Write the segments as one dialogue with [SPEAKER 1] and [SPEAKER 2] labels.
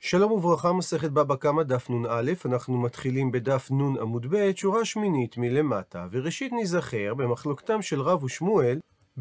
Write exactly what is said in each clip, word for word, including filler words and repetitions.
[SPEAKER 1] שלום וברכה, מסכת בבא קמא דף נ"א, אנחנו מתחילים בדף נ' עמוד ב', שורה שמינית מלמטה, וראשית נזכר במחלוקתם של רב ושמואל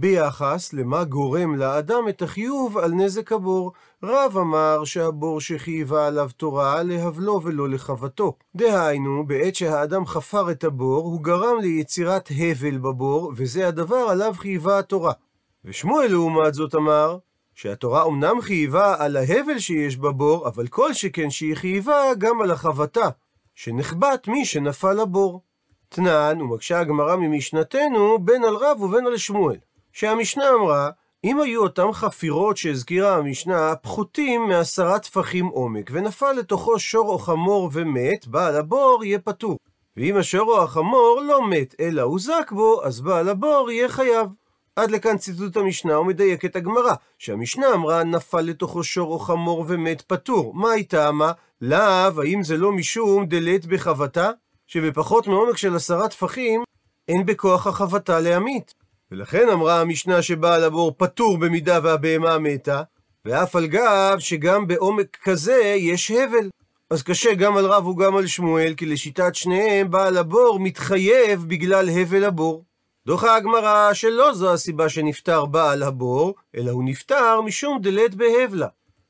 [SPEAKER 1] ביחס למה גורם לאדם את החיוב על נזק הבור. רב אמר שהבור שחייבה עליו תורה להבלו ולא לחבטו. דהיינו, בעת שהאדם חפר את הבור, הוא גרם ליצירת הבל בבור, וזה הדבר עליו חייבה התורה. ושמואל לעומת זאת אמר שהתורה אמנם חייבה על ההבל שיש בבור, אבל כל שכן שהיא חייבה גם על החבטה, שנחבט מי שנפל לבור. תנן, ומקשה הגמרא ממשנתנו, בין על רב ובין על שמואל, שהמשנה אמרה, אם היו אותם חפירות שהזכירה המשנה פחותים מעשרה טפחים עומק, ונפל לתוכו שור או חמור ומת, בעל הבור יהיה פטור. ואם השור או החמור לא מת, אלא הוזק בו, אז בעל הבור יהיה חייב. עד לכאן ציטוט המשנה ומדייק את הגמרא, שהמשנה אמרה נפל לתוכו שור או חמור ומת פטור. מה הייתה מה? לאו, האם זה לא משום דלת בחבטה? שבפחות מעומק של עשרה טפחים אין בכוח החבטה להמית. ולכן אמרה המשנה שבעל הבור פטור במידה והבהמה מתה, ואף על גב שגם בעומק כזה יש הבל. אז קשה גם על רב וגם על שמואל, כי לשיטת שניהם בעל הבור מתחייב בגלל הבל הבור. דוחה הגמרא שלא זו הסיבה שנפטר בעל הבור, אלא הוא נפטר משום דלת בהבלה,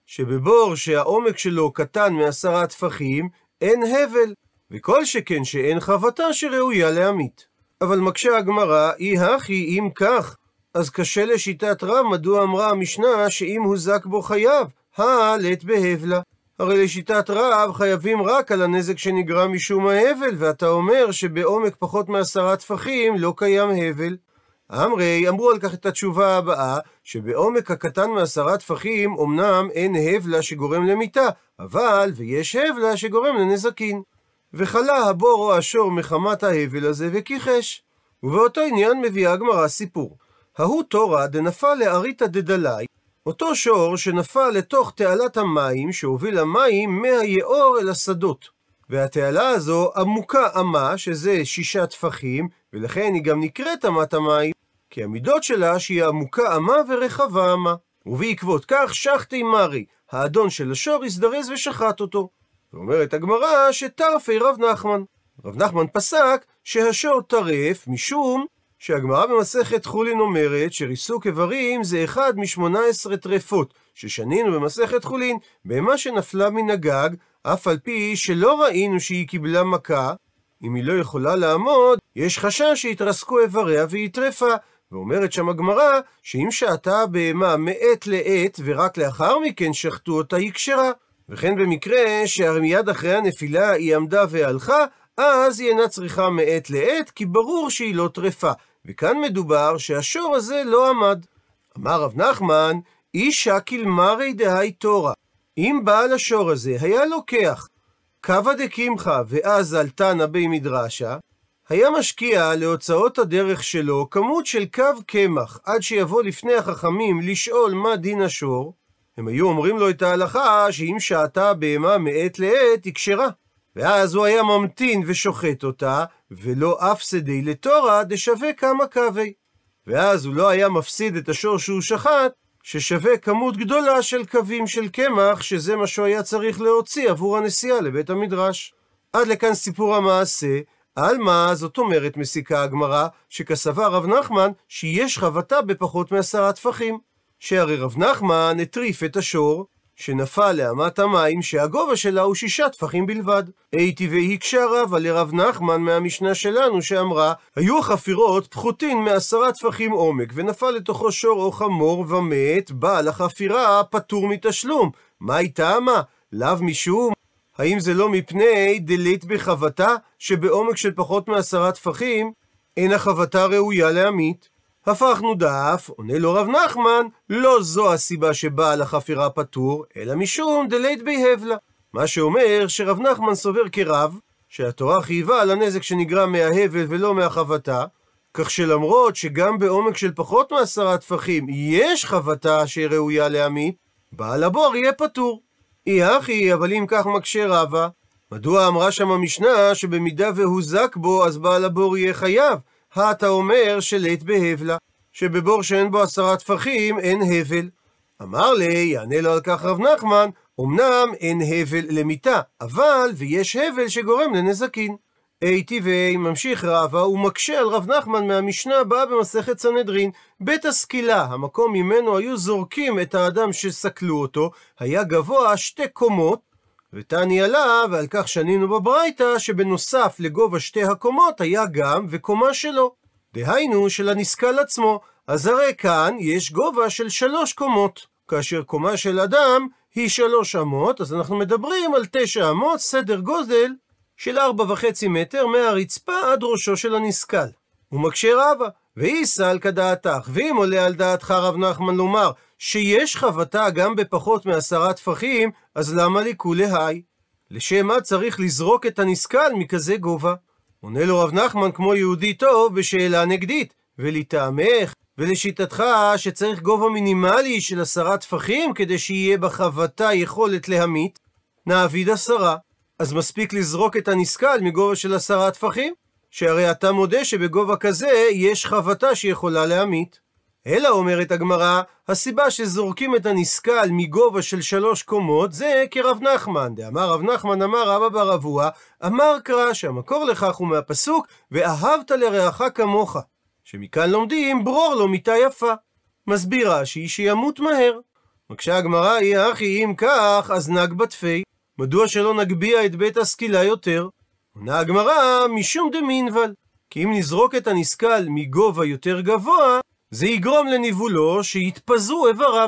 [SPEAKER 1] שבבור שהעומק שלו קטן מעשרה טפחים, אין הבל, וכל שכן שאין חבטה שראויה להמית. אבל מקשה הגמרא, אי הכי אם כך, אז קשה לשיטת רב מדוע אמרה המשנה שאם הוזק בו חייב, הלת בהבלה. הרי לשיטת רב חייבים רק על הנזק שנגרם משום ההבל, ואתה אומר שבעומק פחות מעשרה טפחים לא קיים הבל. אמרי, אמרו על כך את התשובה הבאה, שבעומק הקטן מעשרה טפחים אמנם אין הבלה שגורם למיתה, אבל ויש הבלה שגורם לנזקין. וחלה הבור או השור מחמת ההבל הזה וכיחש. ובאותו עניין מביאה הגמרא סיפור. ההוא תורה דנפל לאריתא דדלאי, אותו שור שנפל לתוך תעלת המים שהוביל המים מהיאור אל השדות. והתעלה הזו עמוקה אמה, שזה שישה טפחים, ולכן היא גם נקראת אמת המים, כי המידות שלה שהיא עמוקה אמה ורחבה אמה. ובעקבות כך שחטי מרי, האדון של השור הזדרז ושחט אותו. ואומרת הגמרא שטרפי רב נחמן. רב נחמן פסק שהשור טרף משום שהגמרא במסכת חולין אומרת שריסוק איברים זה אחד משמונה עשרה טרפות, ששנינו במסכת חולין, בהמה שנפלה מן הגג, אף על פי שלא ראינו שהיא קיבלה מכה, אם היא לא יכולה לעמוד, יש חשש שהתרסקו איבריה והיא טרפה. ואומרת שם הגמרא שאם שעתה בהמה מעת לעת ורק לאחר מכן שחטו אותה היא כשרה. וכן במקרה שמיד אחרי הנפילה היא עמדה והלכה, אז היא אינה צריכה מעת לעת, כי ברור שהיא לא טרפה. וכאן מדובר שהשור הזה לא עמד. אמר רב נחמן, אישה קילמרי דהי תורה. אם בעל השור הזה היה לוקח קבא דקמחא ואז תנא בי מדרשה, היה משקיע להוצאות הדרך שלו כמות של קו קמח, עד שיבוא לפני החכמים לשאול מה דין השור, הם היו אומרים לו את ההלכה שאם שעתה בהמה מעת לעת היא כשרה. ואז הוא היה ממתין ושוחט אותה, ולא אף שדי לתורה דשווה כמה קווי. ואז הוא לא היה מפסיד את השור שהוא שחט, ששווה כמות גדולה של קווים של קמח, שזה מה שהוא היה צריך להוציא עבור הנסיעה לבית המדרש. עד לכאן סיפור המעשה. על מה זאת אומרת מסיקה הגמרא, שכסבה רב נחמן שיש חבטה בפחות מעשרה טפחים. שהרי רב נחמן הטריף את השור, שנפל לאמת המים שהגובה שלה הוא שישה טפחים בלבד. הייתי והקשה רבה לרב נחמן מהמשנה שלנו שאמרה, היו החפירות פחותין מעשרה טפחים עומק, ונפל לתוכו שור או חמור ומת, בעל החפירה פטור מתשלום. מה הייתה מה? לאו משום? האם זה לא מפני דלית בחבטה, שבעומק של פחות מעשרה טפחים אין החבטה ראויה להמית? הפכנו דף, עונה לו רב נחמן, לא זו הסיבה שבעל החפירה פטור, אלא משום דלית בהבלה. מה שאומר שרב נחמן סובר כרב, שהתורה חייבה על הנזק שנגרם מההבל ולא מהחבטה, כך שלמרות שגם בעומק של פחות מעשרה טפחים יש חבטה שראויה להמית, בעל הבור יהיה פטור. אי הכי, אבל אם כך מקשה רבה, מדוע אמרה שם המשנה שבמידה והוזק בו אז בעל הבור יהיה חייב? אתה אומר שלית בהבלה, שבבור שאין בו עשרה טפחים אין הבל. אמר לי, יענה לו על כך רב נחמן, אמנם אין הבל למיתה, אבל ויש הבל שגורם לנזקין. היטיבי ממשיך רבא ומקשה על רב נחמן מהמשנה הבאה במסכת סנהדרין. בית הסקילה, המקום ממנו היו זורקים את האדם שסקלו אותו, היה גבוה שתי קומות, ותני עלה, ועל כך שנינו בברייתא, שבנוסף לגובה שתי הקומות היה גם וקומה שלו, דהיינו של הנסקל עצמו. אז הרי כאן יש גובה של שלוש קומות, כאשר קומה של אדם היא שלוש אמות, אז אנחנו מדברים על תשע אמות, סדר גודל של ארבע וחצי מטר מהרצפה עד ראשו של הנסקל. הוא מקשה רבא, ואיסל כדעתך, ואם עולה על דעתך רב נחמן לומר שיש חבטה גם בפחות מעשרה טפחים, אז למה לי כולי היי? לשם מה צריך לזרוק את הנסקל מכזה גובה? עונה לו רב נחמן כמו יהודי טוב בשאלה נגדית, ולטעמך ולשיטתך שצריך גובה מינימלי של עשרה טפחים כדי שיהיה בחבטה יכולת להמית, נעביד עשרה. אז מספיק לזרוק את הנסקל מגובה של עשרה טפחים, שהרי אתה מודה שבגובה כזה יש חבטה שיכולה להמית. אלא אומרת הגמרא, הסיבה שזורקים את הנסקל מגובה של שלוש קומות זה כרב נחמן. דאמר רב נחמן אמר רבא בר אבוה, אמר קרא שהמקור לכך הוא מהפסוק ואהבת לרעך כמוך, שמכאן לומדים ברור לו מיתה יפה. מסביר רש"י שימות מהר. מקשה הגמרא, היא אחי אם כך אז נג בתפי, מדוע שלא נגביה את בית הסקילה יותר? עונה הגמרא, משום דמינבל, כי אם נזרוק את הנסקל מגובה יותר גבוה, זה יגרום לניבולו שיתפזרו איבריו.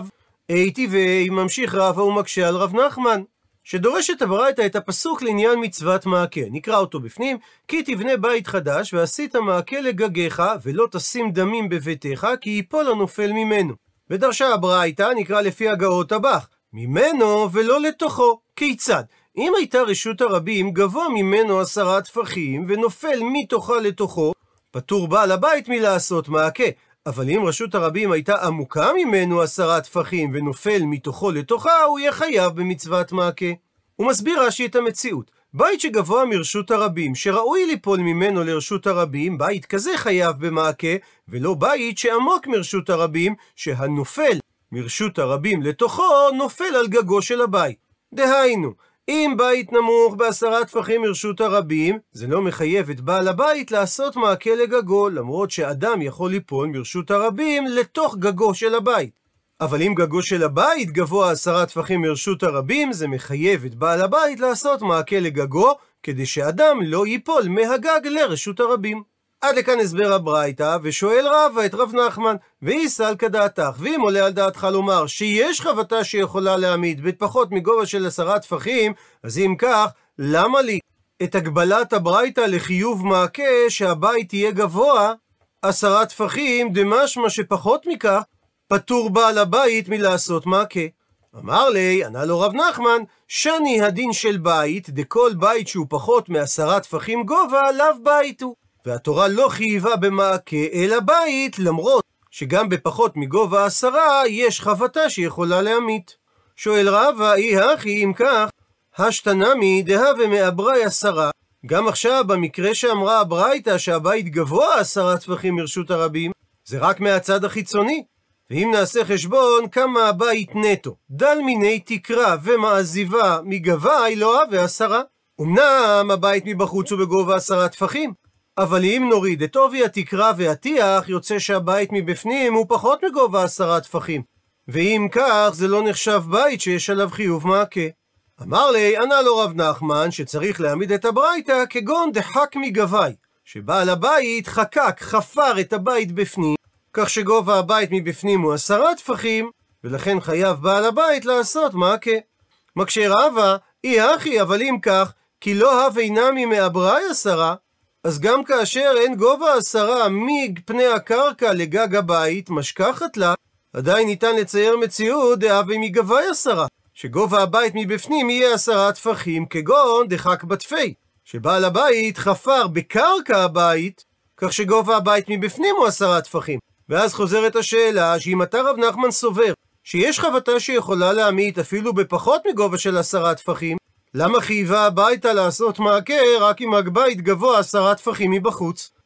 [SPEAKER 1] היטיבי ממשיך רבא ומקשה על רב נחמן, שדורש את הברייתא את הפסוק לעניין מצוות מעקה. נקרא אותו בפנים, כי תבנה בית חדש ועשית מעקה לגגיך, ולא תשים דמים בביתך, כי ייפול הנופל ממנו. ודרשה הברייתא, נקרא לפי הגאות הבך, ממנו ולא לתוכו. כיצד? אם הייתה רשות הרבים גבוה ממנו עשרה טפחים ונופל מתוכה לתוכו, פטור בעל הבית מלעשות מעקה. אבל אם רשות הרבים הייתה עמוקה ממנו עשרה טפחים ונופל מתוכו לתוכה, הוא יהיה חייב במצוות מעקה. הוא מסביר רש"י את המציאות. בית שגבוה מרשות הרבים, שראוי ליפול ממנו לרשות הרבים, בית כזה חייב במעקה, ולא בית שעמוק מרשות הרבים, שהנופל מרשות הרבים לתוכו נופל על גגו של הבית. דהיינו, אם בית נמוך בעשרה טפחים מרשות הרבים, זה לא מחייב את בעל הבית לעשות מעקה לגגו, למרות שאדם יכול ליפול מרשות הרבים לתוך גגו של הבית. אבל אם גגו של הבית גבוה עשרה טפחים מרשות הרבים, זה מחייב את בעל הבית לעשות מעקה לגגו, כדי שאדם לא ייפול מהגג לרשות הרבים. עד לכאן הסבר הברייתא, ושואל רבא את רב נחמן, ואיסל כדעתך, ואם עולה על דעתך לומר שיש חבטה שיכולה להעמיד בפחות מגובה של עשרה טפחים, אז אם כך, למה לי את הגבלת הברייתא לחיוב מעקה שהבית יהיה גבוה עשרה טפחים, דמשמע שפחות מכך פטור בעל הבית מלעשות מעקה? אמר לי, ענה לו רב נחמן, שני הדין של בית, דכל בית שהוא פחות מעשרה טפחים גובה, לאו בית הוא. והתורה לא חייבה במעקה אלא בית, למרות שגם בפחות מגובה עשרה יש חבטה שיכולה להמית. שואל רבא, אי הכי אם כך, השתנמי דהווה מעברי עשרה. גם עכשיו במקרה שאמרה הברייתא שהבית גבוה עשרה טפחים מרשות הרבים, זה רק מהצד החיצוני. ואם נעשה חשבון כמה הבית נטו, דל מיני תקרה ומעזיבה מגבי לא הווה עשרה. אמנם הבית מבחוץ הוא בגובה עשרה טפחים, אבל אם נוריד את עובי התקרה והטיח, יוצא שהבית מבפנים הוא פחות מגובה עשרה טפחים. ואם כך, זה לא נחשב בית שיש עליו חיוב מעקה. אמר לי, ענה לו רב נחמן, שצריך להעמיד את הברייתא כגון דחק מגבי, שבעל הבית חקק, חפר את הבית בפנים, כך שגובה הבית מבפנים הוא עשרה טפחים, ולכן חייב בעל הבית לעשות מעקה. מקשה רבא, אי אחי, אבל אם כך, כי לא הווה נמי מעברי עשרה, אז גם כאשר אין גובה עשרה מפני הקרקע לגג הבית, משכחת לה, עדיין ניתן לצייר מציאות דהווה מגבי עשרה, שגובה הבית מבפנים יהיה עשרה טפחים, כגון דחק בתפי, שבעל הבית חפר בקרקע הבית, כך שגובה הבית מבפנים הוא עשרה טפחים. ואז חוזרת השאלה, שאם אתה רב נחמן סובר שיש חבטה שיכולה להמית אפילו בפחות מגובה של עשרה טפחים, למה חייבה הביתה לעשות מעקה רק אם הבית גבוה עשרה טפחים מבחוץ?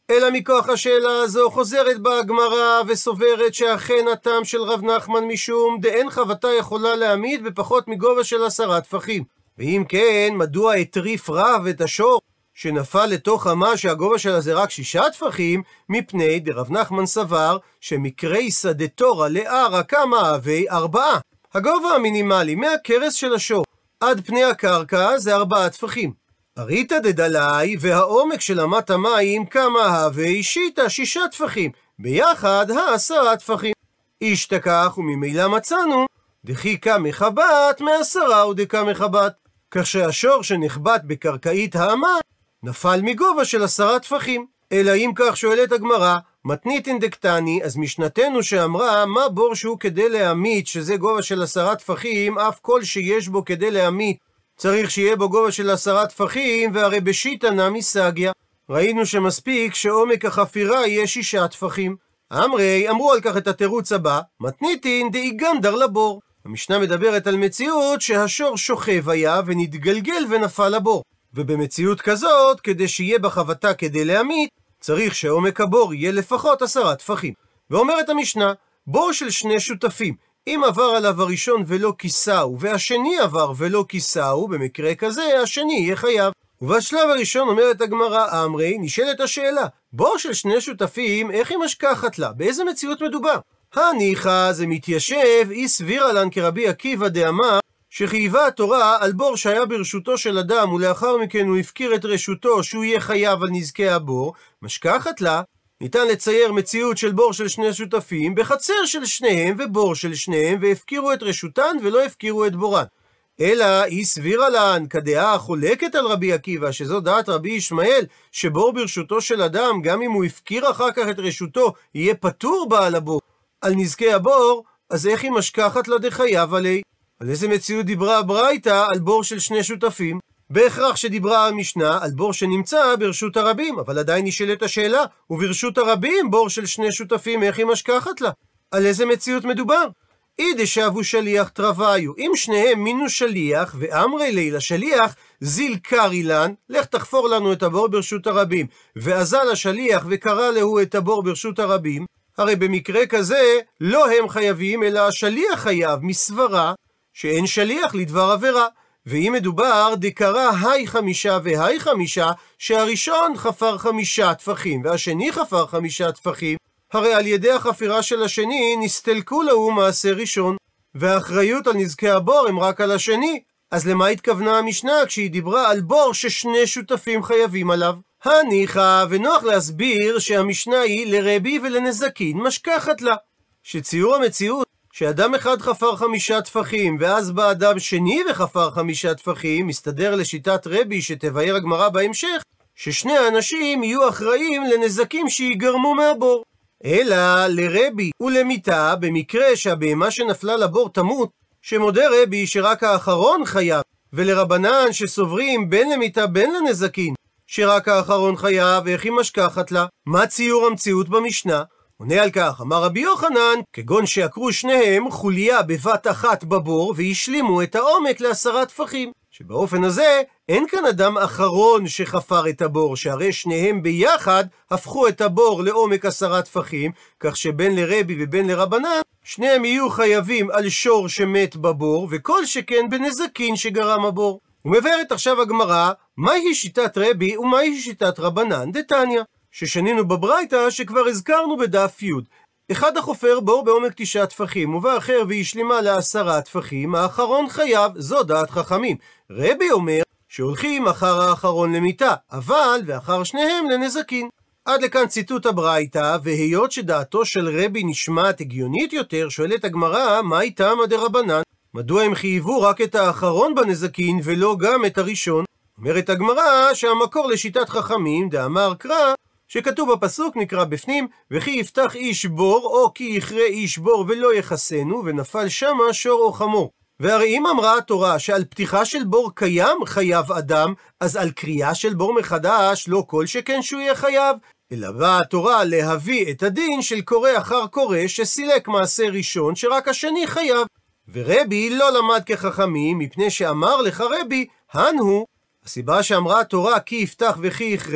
[SPEAKER 1] אלא מכוח השאלה הזו חוזרת בה הגמרא וסוברת שאכן הטעם של רב נחמן משום דאין חבטה יכולה להעמיד בפחות מגובה של עשרה טפחים. ואם כן, מדוע הטריף רב את השור שנפל לתוך אמה שהגובה שלה זה רק שישה טפחים? מפני דרב נחמן סבר שמקרי סדתורא לערא כמה הווי ארבעה. הגובה המינימלי מהקרס של השור עד פני הקרקע זה ארבעה טפחים. אריתא דדלאי, והעומק של אמת המים כמה הווי שיטה שישה טפחים, ביחד העשרה טפחים. השתכח וממילא מצאנו דכי כמחבת מעשרה ודקה מחבת, כך שהשור שנחבט בקרקעית האמה נפל מגובה של עשרה טפחים. אלא אם כך שואלת הגמרא, מתניתין דקטני, אז משנתנו שאמרה מה בור שהוא כדי להמית שזה גובה של עשרה טפחים, אף כל שיש בו כדי להמית צריך שיהיה בו גובה של עשרה טפחים, והרי בשיטא נמי סגיא, ראינו שמספיק שעומק החפירה יהיה שישה טפחים. אמרי, אמרו על כך את התירוץ הבא, מתניתין דאיגנדר לבור. המשנה מדברת על מציאות שהשור שוכב היה ונתגלגל ונפל לבור, ובמציאות כזאת, כדי שיהיה בחבטה כדי להמית, צריך שעומק הבור יהיה לפחות עשרה טפחים. ואומרת המשנה, בור של שני שותפים, אם עבר עליו הראשון ולא כיסהו, והשני עבר ולא כיסהו, במקרה כזה השני יהיה חייב. ובשלב הראשון אומרת הגמרא, אמרי, נשאלת השאלה, בור של שני שותפים, איך היא משכחת לה? באיזה מציאות מדובר? הניחא זה מתיישב, אי סבירה לן כרבי עקיבא דאמר, שחייבה התורה על בור שהיה ברשותו של אדם, ולאחר מכן הוא הפקיר את רשותו שהוא יהיה חייב על נזקי הבור, משכחת לה, ניתן לצייר מציאות של בור של שני שותפים בחצר של שניהם ובור של שניהם, והפקירו את רשותן ולא הפקירו את בורן. אלא היא סבירה לן כדעה החולקת על רבי עקיבא, שזו דעת רבי ישמעאל, שבור ברשותו של אדם, גם אם הוא הפקיר אחר כך את רשותו, יהיה פטור בעל הבור על נזקי הבור, אז איך היא משכחת לה דחייב עלי? על איזה מציאות דיברה הברייתא על בור של שני שותפים? בהכרח שדיברה המשנה על בור שנמצא ברשות הרבים, אבל עדיין נשאלת השאלה, וברשות הרבים בור של שני שותפים, איך היא משכחת לה? על איזה מציאות מדובר? אי דשאבו שליח טרוויו, אם שניהם מינו שליח, ואמרי לי לשליח, זיל קרי לן, לך תחפור לנו את הבור ברשות הרבים, ואזל השליח וקרא לו את הבור ברשות הרבים, הרי במקרה כזה לא הם חייבים, אלא השליח חייב מסברה שאין שליח לדבר עבירה. ואם מדובר דקרא היי חמישה והי חמישה, שהראשון חפר חמישה טפחים והשני חפר חמישה טפחים, הרי על ידי החפירה של השני נסתלקו לו מעשה ראשון, והאחריות על נזקי הבור הם רק על השני. אז למה התכוונה המשנה כשהיא דיברה על בור ששני שותפים חייבים עליו? הניחא, ונוח להסביר שהמשנה היא לרבי ולנזקין משכחת לה, שציור המציאות שאדם אחד חפר חמישה טפחים, ואז בא אדם שני וחפר חמישה טפחים, מסתדר לשיטת רבי שתבאר הגמרא בהמשך, ששני האנשים יהיו אחראים לנזקים שיגרמו מהבור. אלא לרבי ולמיתה, במקרה שהבהמה שנפלה לבור תמות, שמודה רבי שרק האחרון חייב, ולרבנן שסוברים בין למיתה בין לנזקין, שרק האחרון חייב, ואיך היא משכחת לה? מה ציור המציאות במשנה? עונה על כך, אמר רבי יוחנן, כגון שעקרו שניהם חוליה בבת אחת בבור, והשלימו את העומק לעשרה טפחים. שבאופן הזה, אין כאן אדם אחרון שחפר את הבור, שהרי שניהם ביחד הפכו את הבור לעומק עשרה טפחים, כך שבין לרבי ובין לרבנן, שניהם יהיו חייבים על שור שמת בבור, וכל שכן בנזקין שגרם הבור. ומבארת עכשיו הגמרא, מהי שיטת רבי ומהי שיטת רבנן דתניא, ששנינו בברייתא שכבר הזכרנו בדף י'. אחד החופר בור בעומק תשעה טפחים, ובא אחר והשלימה לעשרה טפחים, האחרון חייב, זו דעת חכמים. רבי אומר שהולכים אחר האחרון למיתה, אבל ואחר שניהם לנזקין. עד לכאן ציטוט הברייתא, והיות שדעתו של רבי נשמעת הגיונית יותר, שואלת הגמרא, מהי תמא דרבנן? מדוע הם חייבו רק את האחרון בנזקין ולא גם את הראשון? אומרת הגמרא שהמקור לשיטת חכמים דאמר קרא, שכתוב בפסוק נקרא בפנים, וכי יפתח איש בור או כי יכרה איש בור ולא יחסנו, ונפל שמה שור או חמור. והרי אם אמרה התורה שעל פתיחה של בור קיים חייב אדם, אז על קריאה של בור מחדש לא כל שכן שהוא יהיה חייב, אלא באה התורה להביא את הדין של קורא אחר קורא שסילק מעשה ראשון שרק השני חייב. ורבי לא למד כחכמים, מפני שאמר לך רבי, הן הוא, הסיבה שאמרה התורה כי יפתח וכי יכרה,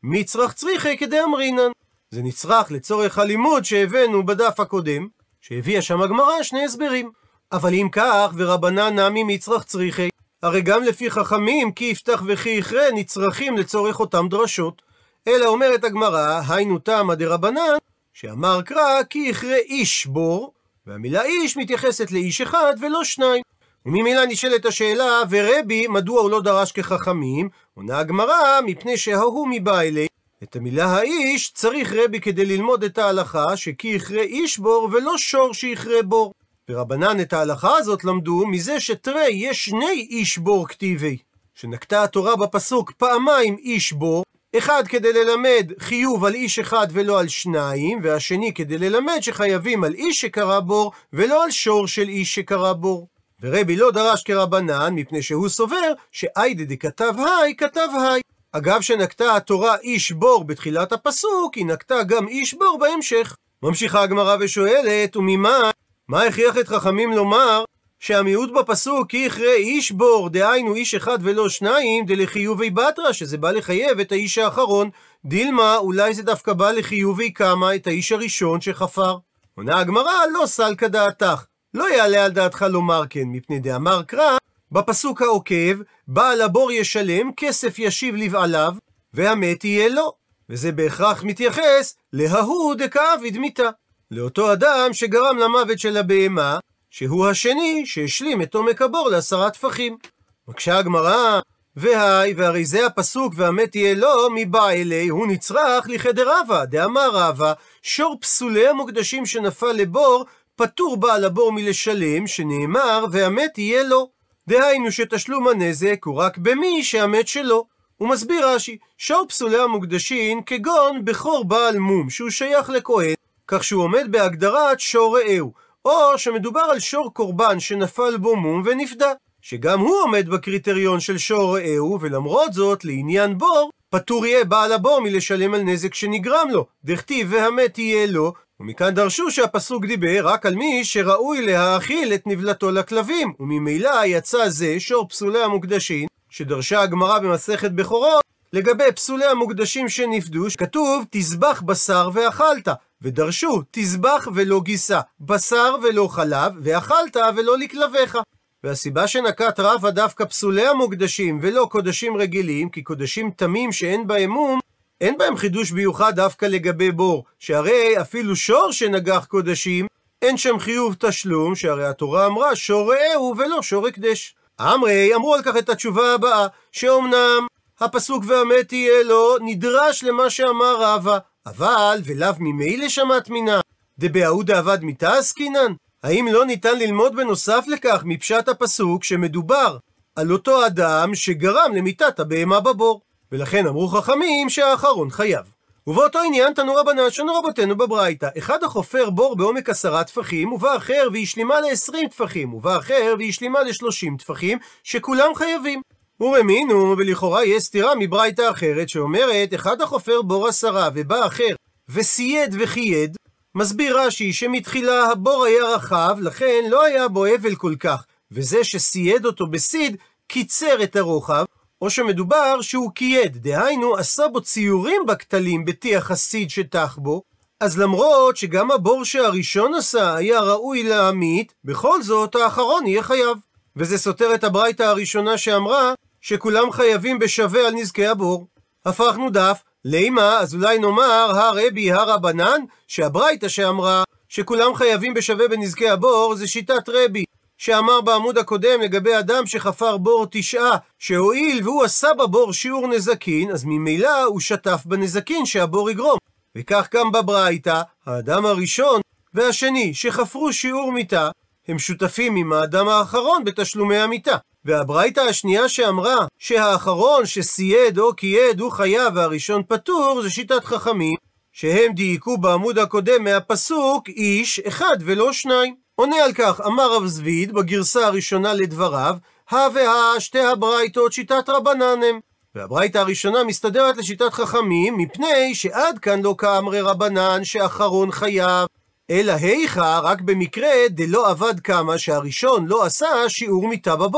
[SPEAKER 1] מצרך צריכי כדאמרינן. זה נצרך לצורך הלימוד שהבאנו בדף הקודם, שהביאה שם הגמרא שני הסברים. אבל אם כך, ורבנן נמי מצרך צריכי, הרי גם לפי חכמים כי יפתח וכי יכרה נצרכים לצורך אותם דרשות. אלא אומרת הגמרא, היינו תמא דרבנן, שאמר קרא כי יכרה איש בור, והמילה איש מתייחסת לאיש אחד ולא שניים. וממילא נשאלת השאלה, ורבי מדוע הוא לא דרש כחכמים? עונה הגמרא, מפני שההוא מבא אלי. את המילה האיש צריך רבי כדי ללמוד את ההלכה שכי יכרה איש בור ולא שור שיכרה בור. ורבנן את ההלכה הזאת למדו מזה שתרי יש שני איש בור כתיבי, שנקטה התורה בפסוק פעמיים איש בור, אחד כדי ללמד חיוב על איש אחד ולא על שניים, והשני כדי ללמד שחייבים על איש שקרא בור ולא על שור של איש שקרא בור. ורבי לא דרש כרבנן מפני שהוא סובר שאיידה דכתב היי כתב היי. אגב שנקטה התורה איש בור בתחילת הפסוק, היא נקטה גם איש בור בהמשך. ממשיכה הגמרא ושואלת, וממה מה הכריח את חכמים לומר שהמיעוט בפסוק כי יכרה איש בור, דהיינו איש אחד ולא שניים, דלחיובי בתרא, שזה בא לחייב את האיש האחרון, דילמה אולי זה דווקא בא לחיובי כמה, את האיש הראשון שחפר. עונה הגמרא, לא סלקא דעתך, לא יעלה על דעתך לומר כן, מפני דאמר קרא בפסוק העוקב, בעל הבור ישלם, כסף ישיב לבעליו, והמת יהיה לו. וזה בהכרח מתייחס להוא דכעביד מיתה, לאותו אדם שגרם למוות של הבהמה, שהוא השני שהשלים את עומק הבור לעשרה טפחים. מקשה הגמרא, והי, והרי זה הפסוק והמת יהיה לו מבא אלי, הוא נצרך לחדר רבא, דאמר רבא, שור פסולי המוקדשים שנפל לבור, פטור בעל הבור מלשלם, שנאמר והמת יהיה לו. דהיינו שתשלום הנזק הוא רק במי שהמת שלו. הוא מסביר רש"י, שור פסולי המוקדשים כגון בכור בעל מום, שהוא שייך לכהן, כך שהוא עומד בהגדרת שור רעהו, או שמדובר על שור קורבן שנפל בו מום ונפדה, שגם הוא עומד בקריטריון של שור רעהו, ולמרות זאת, לעניין בור, פטור יהיה בעל הבור מלשלם על נזק שנגרם לו, דכתיב והמת יהיה לו, ומכאן דרשו שהפסוק דיבר רק על מי שראוי להאכיל את נבלתו לכלבים, וממילא יצא זה שור פסולי המוקדשים, שדרשה הגמרא במסכת בכורות, לגבי פסולי המוקדשים שנפדו, כתוב תזבח בשר ואכלת, ודרשו תזבח ולא גיסה, בשר ולא חלב, ואכלת ולא לכלביך. והסיבה שנקט רבא דווקא פסולי המוקדשים ולא קודשים רגילים, כי קודשים תמים שאין בהם מום, אין בהם חידוש ביוחד דווקא לגבי בור, שהרי אפילו שור שנגח קודשים, אין שם חיוב תשלום, שהרי התורה אמרה שור רעהו ולא שור הקדש. אמרי אמרו על כך את התשובה הבאה, שאומנם הפסוק והמת יהיה לו נדרש למה שאמר רבא, אבל ולאו ממילא שמעת מינה, דבהאו דאבד מיתה עסקינן? האם לא ניתן ללמוד בנוסף לכך מפשט הפסוק שמדובר על אותו אדם שגרם למיתת הבהמה בבור? ולכן אמרו חכמים שהאחרון חייב. ובאותו עניין תנו רבנן שנו רבותינו בברייתא, אחד החופר בור בעומק עשרה טפחים, ובא אחר והשלימה לעשרים טפחים, ובא אחר והשלימה לשלושים טפחים, שכולם חייבים. ורמינו, ולכאורה יש סתירה מברייתא אחרת שאומרת, אחד החופר בור עשרה ובא אחר וסייד וחייד. מסביר רש"י שמתחילה הבור היה רחב, לכן לא היה בו אבל כל כך, וזה שסייד אותו בסיד קיצר את הרוחב, או שמדובר שהוא קייד, דהיינו עשה בו ציורים בכתלים בטיח הסיד שטח בו, אז למרות שגם הבור שהראשון עשה היה ראוי להמית, בכל זאת האחרון יהיה חייב. וזה סותר את הברייתא הראשונה שאמרה שכולם חייבים בשווה על נזקי הבור. הפכנו דף, לימה, אז אולי נאמר הרבי הרבנן, שהברייתא שאמרה שכולם חייבים בשווה בנזקי הבור זה שיטת רבי, שאמר בעמוד הקודם לגבי אדם שחפר בור תשעה, שהועיל והוא עשה בבור שיעור נזקין, אז ממילא הוא שטף בנזקין שהבור יגרום. וכך גם בברייתא, האדם הראשון והשני שחפרו שיעור מיתה, הם שותפים עם האדם האחרון בתשלומי המיתה. והברייתא השנייה שאמרה שהאחרון שסייד או קייד הוא חייב והראשון פטור, זה שיטת חכמים, שהם דייקו בעמוד הקודם מהפסוק איש אחד ולא שניים. עונה על כך אמר רב זביד בגרסה הראשונה לדבריו, הא והא שתי הברייתות שיטת רבנן הם. והברייתא הראשונה מסתדרת לשיטת חכמים, מפני שעד כאן לא כאמרי רבנן שאחרון חייב, אלא היכה רק במקרה דלא עבד כמה שהראשון לא עשה שיעור מיתה בבור.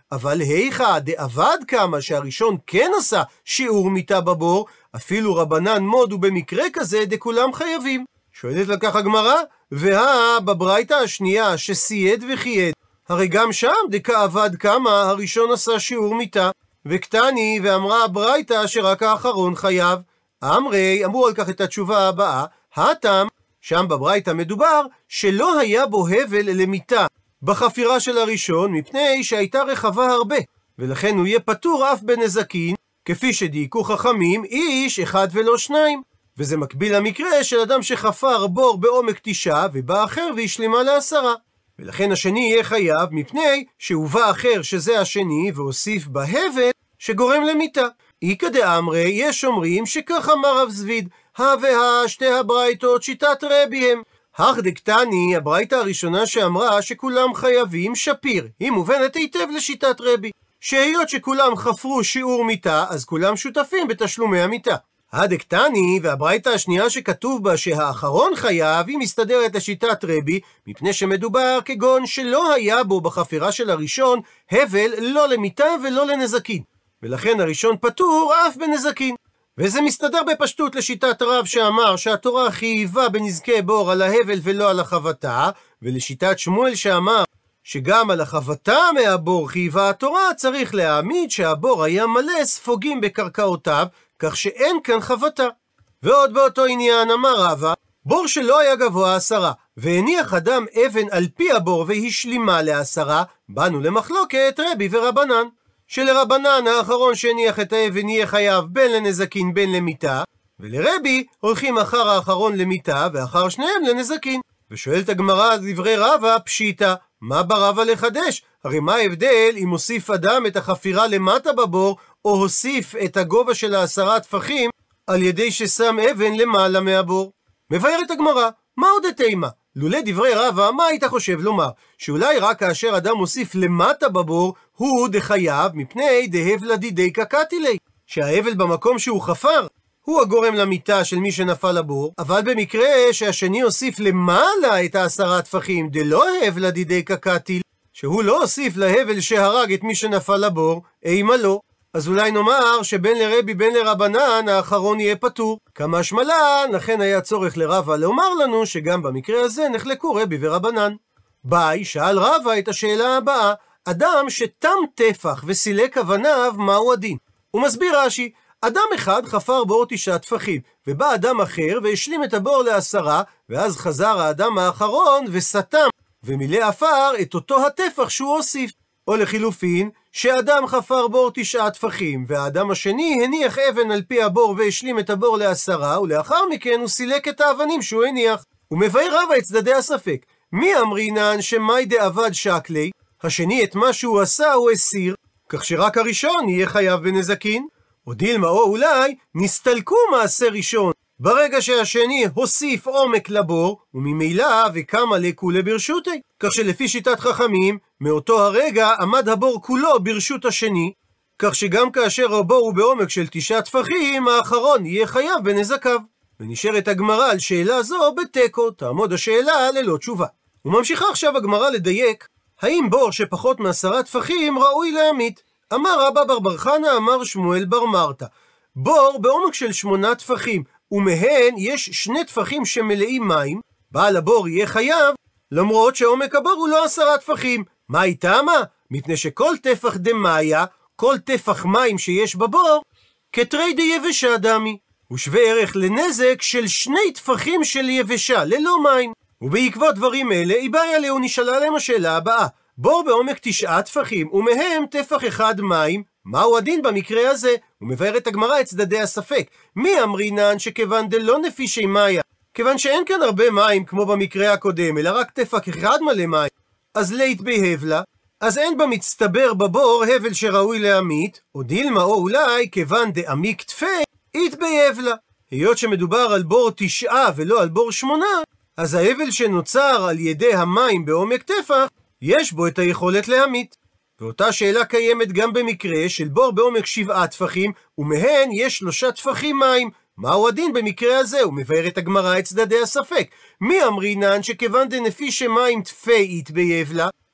[SPEAKER 1] אבל היכא דאבד כמה שהראשון כן עשה שיעור מיתה בבור, אפילו רבנן מודו במקרה כזה דכולם חייבים. שואלת לכך הגמרא, והא בברייתא השנייה שסייד וחייד, הרי גם שם דכאבד כמה הראשון עשה שיעור מיתה, וקטני ואמרה הברייתא שרק האחרון חייב. אמרי, אמרו על כך את התשובה הבאה, הטעם, שם בברייתא מדובר שלא היה בו הבל למיתה בחפירה של הראשון, מפני שהייתה רחבה הרבה, ולכן הוא יהיה פטור אף בנזקין, כפי שדייקו חכמים, איש אחד ולא שניים. וזה מקביל למקרה של אדם שחפר בור בעומק תשעה, ובא אחר והשלימה לעשרה. ולכן השני יהיה חייב, מפני שהובא אחר שזה השני, והוסיף בהבל שגורם למיתה. איכא דאמרי, יש אומרים שכך אמר רב זביד, הא והא שתי הברייתות שיטת רבי הם. הך דקטני, הברייתא הראשונה שאמרה שכולם חייבים שפיר, היא מובנת היטב לשיטת רבי, שהיות שכולם חפרו שיעור מיתה, אז כולם שותפים בתשלומי המיתה. הדקטני, והברייתא השנייה שכתוב בה שהאחרון חייב, היא מסתדרת לשיטת רבי, מפני שמדובר כגון שלא היה בו בחפירה של הראשון הבל לא למיתה ולא לנזקין, ולכן הראשון פטור אף בנזקין. וזה מסתדר בפשטות לשיטת רב שאמר שהתורה חייבה בנזקי בור על ההבל ולא על החבטה, ולשיטת שמואל שאמר שגם על החבטה מהבור חייבה התורה, צריך להעמיד שהבור היה מלא ספוגים בקרקעותיו, כך שאין כאן חבטה. ועוד באותו עניין אמר רבא, בור שלא היה גבוה עשרה, והניח אדם אבן על פי הבור והשלימה לעשרה, באנו למחלוקת רבי ורבנן. שלרבנן האחרון שהניח את האבן יהיה חייב בין לנזקין בין למיתה, ולרבי הולכים אחר האחרון למיתה ואחר שניהם לנזקין. ושואלת הגמרא על דברי רבא פשיטא, מה בא רבא לחדש? הרי מה ההבדל אם הוסיף אדם את החפירה למטה בבור, או הוסיף את הגובה של העשרה טפחים על ידי ששם אבן למעלה מהבור? מבארת הגמרא, מה עוד התימה? לולא דברי רבא, מה היית חושב לומר? שאולי רק כאשר אדם מוסיף למטה בבור, הוא דחייב מפני דהבלה דידיקא קטילי, שההבל במקום שהוא חפר הוא הגורם למיתה של מי שנפל לבור, אבל במקרה שהשני הוסיף למעלה את העשרה טפחים דלא הבלה דידיקא קטיל, שהוא לא הוסיף להבל שהרג את מי שנפל לבור, אימה לא. אז אולי נאמר שבין לרבי בין לרבנן האחרון יהיה פטור. כמה שמלן, לכן היה צורך לרבא לומר לנו שגם במקרה הזה נחלקו רבי ורבנן. ביי, שאל רבא את השאלה הבאה, אדם שתם טפח וסילק אבניו, מהו הדין? הוא מסביר רש"י, אדם אחד חפר בור תשעה טפחים, ובא אדם אחר והשלים את הבור לעשרה, ואז חזר האדם האחרון וסתם ומילא עפר את אותו הטפח שהוא הוסיף. או לחילופין, שאדם חפר בור תשעה טפחים, והאדם השני הניח אבן על פי הבור והשלים את הבור לעשרה, ולאחר מכן הוא סילק את האבנים שהוא הניח. הוא מבאר רבא את צדדי הספק. מי אמרינן שמאי דאבד שקלי? השני את מה שהוא עשה הוא הסיר, כך שרק הראשון יהיה חייב בנזקין. או דילמה או אולי נסתלקו מעשה ראשון ברגע שהשני הוסיף עומק לבור, וממילא וכמה לכולה ברשותי, כך שלפי שיטת חכמים מאותו הרגע עמד הבור כולו ברשות השני, כך שגם כאשר הבור הוא בעומק של תשעה טפחים, האחרון יהיה חייב בנזקיו. ונשארת הגמרא על שאלה זו בתיקו, תעמוד השאלה ללא תשובה. וממשיכה עכשיו הגמרא לדייק האם בור שפחות מעשרה טפחים ראוי להמית. אמר רבא בר בר חנא אמר שמואל בר מרתא, בור בעומק של שמונה טפחים ומהן יש שני טפחים שמלאים מים, בעל הבור יהיה חייב למרות שעומק הבור הוא לא עשרה טפחים. מה איתמה? מפני שכל טפח דמאיה, כל טפח מים שיש בבור, כתרי דיבשה דמי, הוא שווה ערך לנזק של שני טפחים של יבשה ללא מים. ובעקבות דברים אלה איבאיה לו נשאלה להם השאלה הבאה, בור בעומק תשעה טפחים ומהם טפח אחד מים, מהו הדין במקרה הזה? הוא מבאר את הגמרא את צדדי הספק. מי אמרינן שכיוון דלא נפישי מאיה, כיוון שאין כאן הרבה מים כמו במקרה הקודם, אלא רק טפח אחד מלא מים, אז לית בהבלה, אז אין במצטבר בבור הבל שראוי להמית, או דילמה או אולי כיוון דעמיק תפי אית בהבלה. היות שמדובר על בור תשעה ולא על בור שמונה, אז ההבל שנוצר על ידי המים בעומק טפח יש בו את היכולת להמית. ואותה שאלה קיימת גם במקרה של בור בעומק שבעה טפחים ומהן יש שלושה טפחים מים, מהו הדין במקרה הזה? הוא מבאר את הגמרא את צדדי הספק. מי אמרינן שכיוון דנפישי מים תפי אית בהבלה,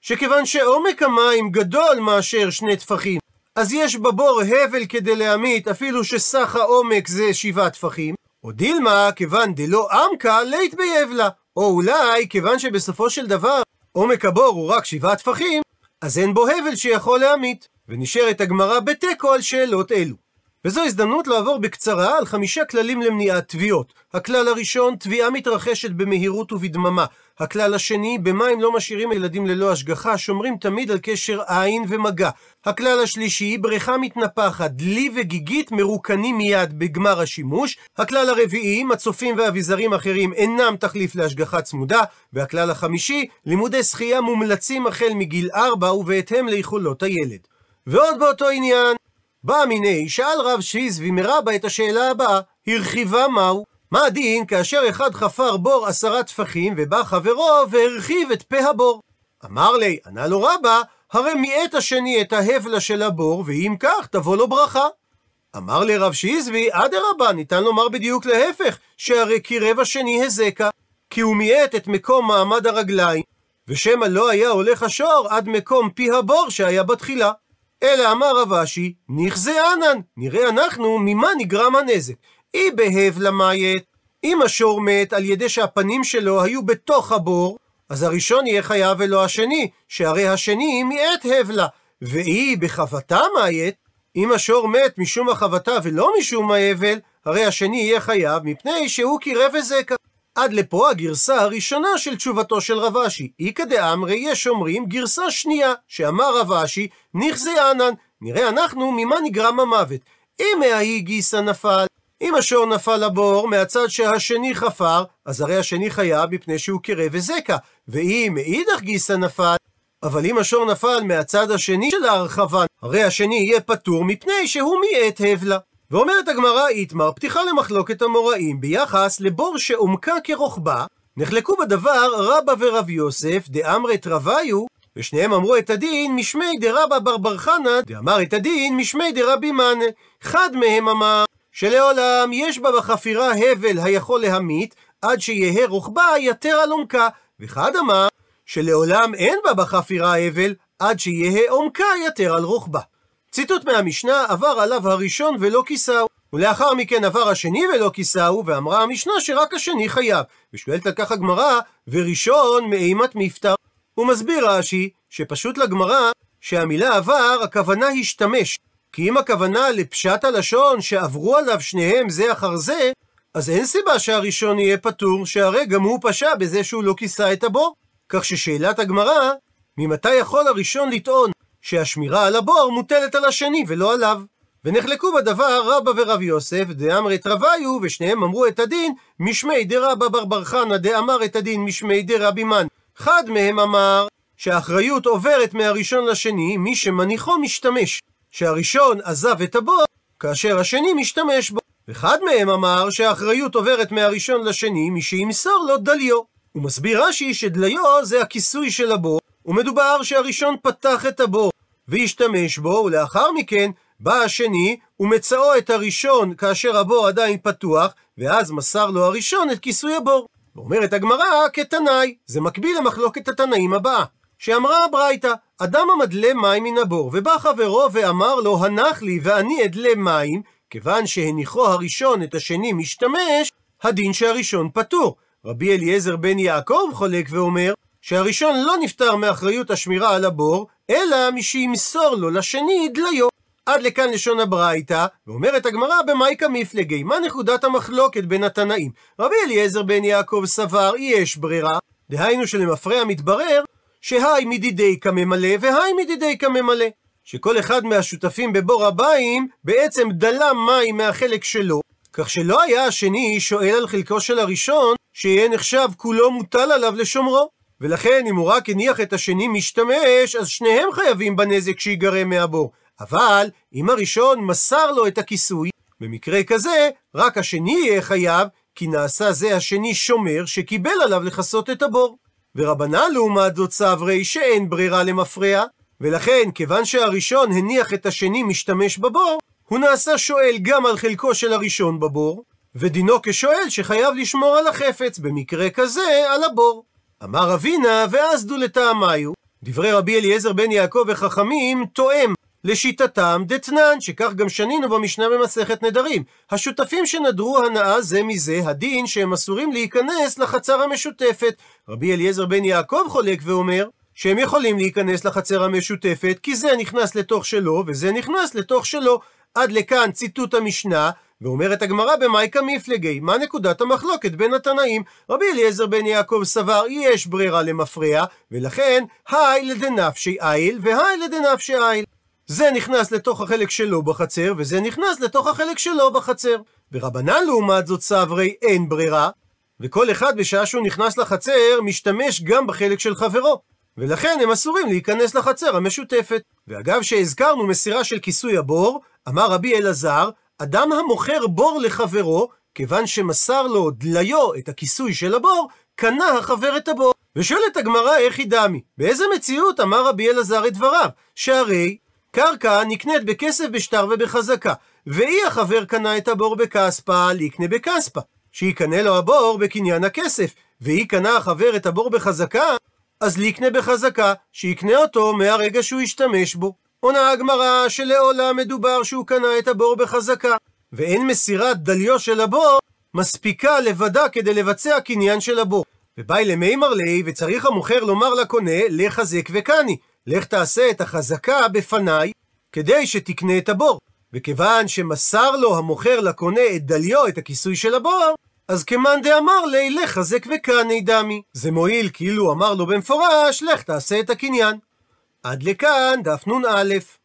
[SPEAKER 1] שכיוון שעומק המים גדול מאשר שני טפחים, אז יש בבור הבל כדי להמית אפילו שסך העומק זה שבעה טפחים, או דילמה כיוון דלא עמקה לית ביבלה, או אולי כיוון שבסופו של דבר עומק הבור הוא רק שבעה טפחים, אז אין בו הבל שיכול להמית, ונשארת הגמרא בתיקו על שאלות אלו. וזו הזדמנות לעבור בקצרה על חמישה כללים למניעת טביעות. הכלל הראשון, טביעה מתרחשת במהירות ובדממה. הכלל השני, במים לא משאירים ילדים ללא השגחה, שומרים תמיד על קשר עין ומגע. הכלל השלישי, בריכה מתנפחת, דלי וגיגית מרוקנים מיד בגמר השימוש. הכלל הרביעי, מצופים ואביזרים אחרים אינם תחליף להשגחה צמודה. והכלל החמישי, לימודי שחייה מומלצים החל מגיל ארבע ובהתאם ליכולות הילד. ועוד באותו עניין, בא מיני, שאל רב שיזבי מרבה את השאלה הבאה, הרחיבה מהו? מה הדין כאשר אחד חפר בור עשרה טפחים ובא חברו והרחיב את פה הבור? אמר לי, ענה לו רבה, הרי מיעט השני את ההבלה של הבור, ואם כך תבוא לו ברכה. אמר לי רב שיזבי, אדרבה, ניתן לומר בדיוק להפך, שהרי קירב השני הזקה, כי הוא מיעט את מקום מעמד הרגליים, ושמא לא היה הולך השור עד מקום פי הבור שהיה בתחילה. אלא אמר רב אשי, ניחזה ענן, נראה אנחנו ממה נגרם הנזק. אי בהבלה מאיית, אם השור מת על ידי שהפנים שלו היו בתוך הבור, אז הראשון יהיה חייב ולא השני, שהרי השני מיעט הבלה. ואי בחבטה מאיית, אם השור מת משום החבטה ולא משום ההבל, הרי השני יהיה חייב מפני שהוא קירב הזקה. עד לפה הגרסה הראשונה של תשובתו של רב אשי. איקא דאמרי, יש אומרים גרסה שנייה, שאמר רב אשי, ניחזה ענן, נראה אנחנו ממה נגרם המוות. אם מההיא גיסא נפל, אם השור נפל לבור מהצד שהשני חפר, אז הרי השני חייב מפני שהוא קירב הזקה. ואם מאידך גיסא נפל, אבל אם השור נפל מהצד השני של ההרחבה, הרי השני יהיה פטור מפני שהוא מיעט הבלה. ואומרת הגמרא איתמר, פתיחה למחלוקת המוראים ביחס לבור שעומקה כרוחבה, נחלקו בדבר רבא ורב יוסף, דאמרי תרוויו, ושניהם אמרו את הדין משמי דרבא בר בר חנא, דאמר את הדין משמי דרבי מנא. אחד מהם אמר שלעולם יש בה בחפירה הבל היכול להמית, עד שיהיה רוחבה יתר על עומקה, ואחד אמר שלעולם אין בה בחפירה הבל, עד שיהיה עומקה יתר על רוחבה. ציטוט מהמשנה, עבר עליו הראשון ולא כיסהו, ולאחר מכן עבר השני ולא כיסהו, ואמרה המשנה שרק השני חייב. ושואלת על כך הגמרא, וראשון מאימת מפטר. הוא מסביר רש"י שפשוט לגמרא שהמילה עבר הכוונה השתמש, כי אם הכוונה לפשט הלשון שעברו עליו שניהם זה אחר זה, אז אין סיבה שהראשון יהיה פטור, שהרי גם הוא פשע בזה שהוא לא כיסה את הבור. כך ששאלת הגמרא, ממתי יכול הראשון לטעון שהשמירה על הבור מוטלת על השני ולא עליו? ונחלקו בדבר רבא ורב יוסף, דאמרי תרוויו, ושניהם אמרו את הדין משמי דרבא בר בר חנא, דאמר את הדין משמי דרבי מן. אחד מהם אמר שהאחריות עוברת מהראשון לשני מי שמניחו משתמש, שהראשון עזב את הבור כאשר השני משתמש בו. אחד מהם אמר שהאחריות עוברת מהראשון לשני מי שימסור לו דליו. הוא מסביר רש"י שדליו זה הכיסוי של הבור, ומדובר שהראשון פתח את הבור והשתמש בו, ולאחר מכן בא השני ומצאו את הראשון כאשר הבור עדיין פתוח, ואז מסר לו הראשון את כיסוי הבור. ואומרת הגמרא כתנאי, זה מקביל למחלוקת התנאים הבאה, שאמרה הברייתא, אדם המדלה מים מן הבור, ובא חברו ואמר לו הנח לי ואני אדלה מים, כיוון שהניחו הראשון את השני משתמש, הדין שהראשון פטור. רבי אליעזר בן יעקב חולק ואומר שהראשון לא נפטר מאחריות השמירה על הבור, אלא מי שימסור לו לשני דליו. עד לכאן לשון הברייתא, ואומרת הגמרא במאיקה מפלגי, מה נקודת המחלוקת בין התנאים? רבי אליעזר בן יעקב סבר יש ברירה, דהיינו שלמפרע מתברר שהי מדידי כממלא והי מדידי כממלא, שכל אחד מהשותפים בבור הבאים בעצם דלה מים מהחלק שלו, כך שלא היה השני שואל על חלקו של הראשון שיהיה נחשב כולו מוטל עליו לשומרו, ולכן אם הוא רק הניח את השני משתמש, אז שניהם חייבים בנזק שיגרם מהבור. אבל אם הראשון מסר לו את הכיסוי, במקרה כזה רק השני יהיה חייב, כי נעשה זה השני שומר שקיבל עליו לחסות את הבור. ורבנן לעומת זאת סברי שאין ברירה למפרע, ולכן כיוון שהראשון הניח את השני משתמש בבור, הוא נעשה שואל גם על חלקו של הראשון בבור, ודינו כשואל שחייב לשמור על החפץ, במקרה כזה על הבור. אמר אבינה ואז דו לטעמיו, דברי רבי אליעזר בן יעקב וחכמים תואם לשיטתם דתנן, שכך גם שנינו במשנה במסכת נדרים. השותפים שנדרו הנאה זה מזה, הדין שהם אסורים להיכנס לחצר המשותפת. רבי אליעזר בן יעקב חולק ואומר שהם יכולים להיכנס לחצר המשותפת, כי זה נכנס לתוך שלו וזה נכנס לתוך שלו. עד לכאן ציטוט המשנה, ואומרת הגמרא במאי קמפלגי, מה נקודת המחלוקת בין התנאים? רבי אליעזר בן יעקב סבר יש ברירה למפרע, ולכן היי לדנפשי איל והי לדנפשי איל. זה נכנס לתוך החלק שלו בחצר, וזה נכנס לתוך החלק שלו בחצר. ורבנן לעומת זאת סברי אין ברירה, וכל אחד בשעה שהוא נכנס לחצר משתמש גם בחלק של חברו, ולכן הם אסורים להיכנס לחצר המשותפת. ואגב שהזכרנו מסירה של כיסוי הבור, אמר רבי אלעזר, אדם המוכר בור לחברו, כיוון שמסר לו דליו את הכיסוי של הבור, קנה החבר את הבור. ושואלת הגמרא איך היא דמי, באיזה מציאות אמר רבי אלעזר את דבריו? שהרי קרקע נקנית בכסף בשטר ובחזקה, ואי החבר קנה את הבור בכספה, לקנה בכספה, שיקנה לו הבור בקניין הכסף, ואי קנה החבר את הבור בחזקה, אז לקנה בחזקה, שיקנה אותו מהרגע שהוא ישתמש בו. עונה הגמרא שלעולם מדובר שהוא קנה את הבור בחזקה, ואין מסירת דליו של הבור מספיקה לבדה כדי לבצע קניין של הבור. ובאי למימר לי, וצריך המוכר לומר לקונה, לחזק וקני, לך תעשה את החזקה בפניי, כדי שתקנה את הבור. וכיוון שמסר לו המוכר לקונה את דליו, את הכיסוי של הבור, אז כמאן דאמר לי, לחזק וקני דמי. זה מועיל כאילו אמר לו במפורש, לך תעשה את הקניין. עד לכאן דף נ"א.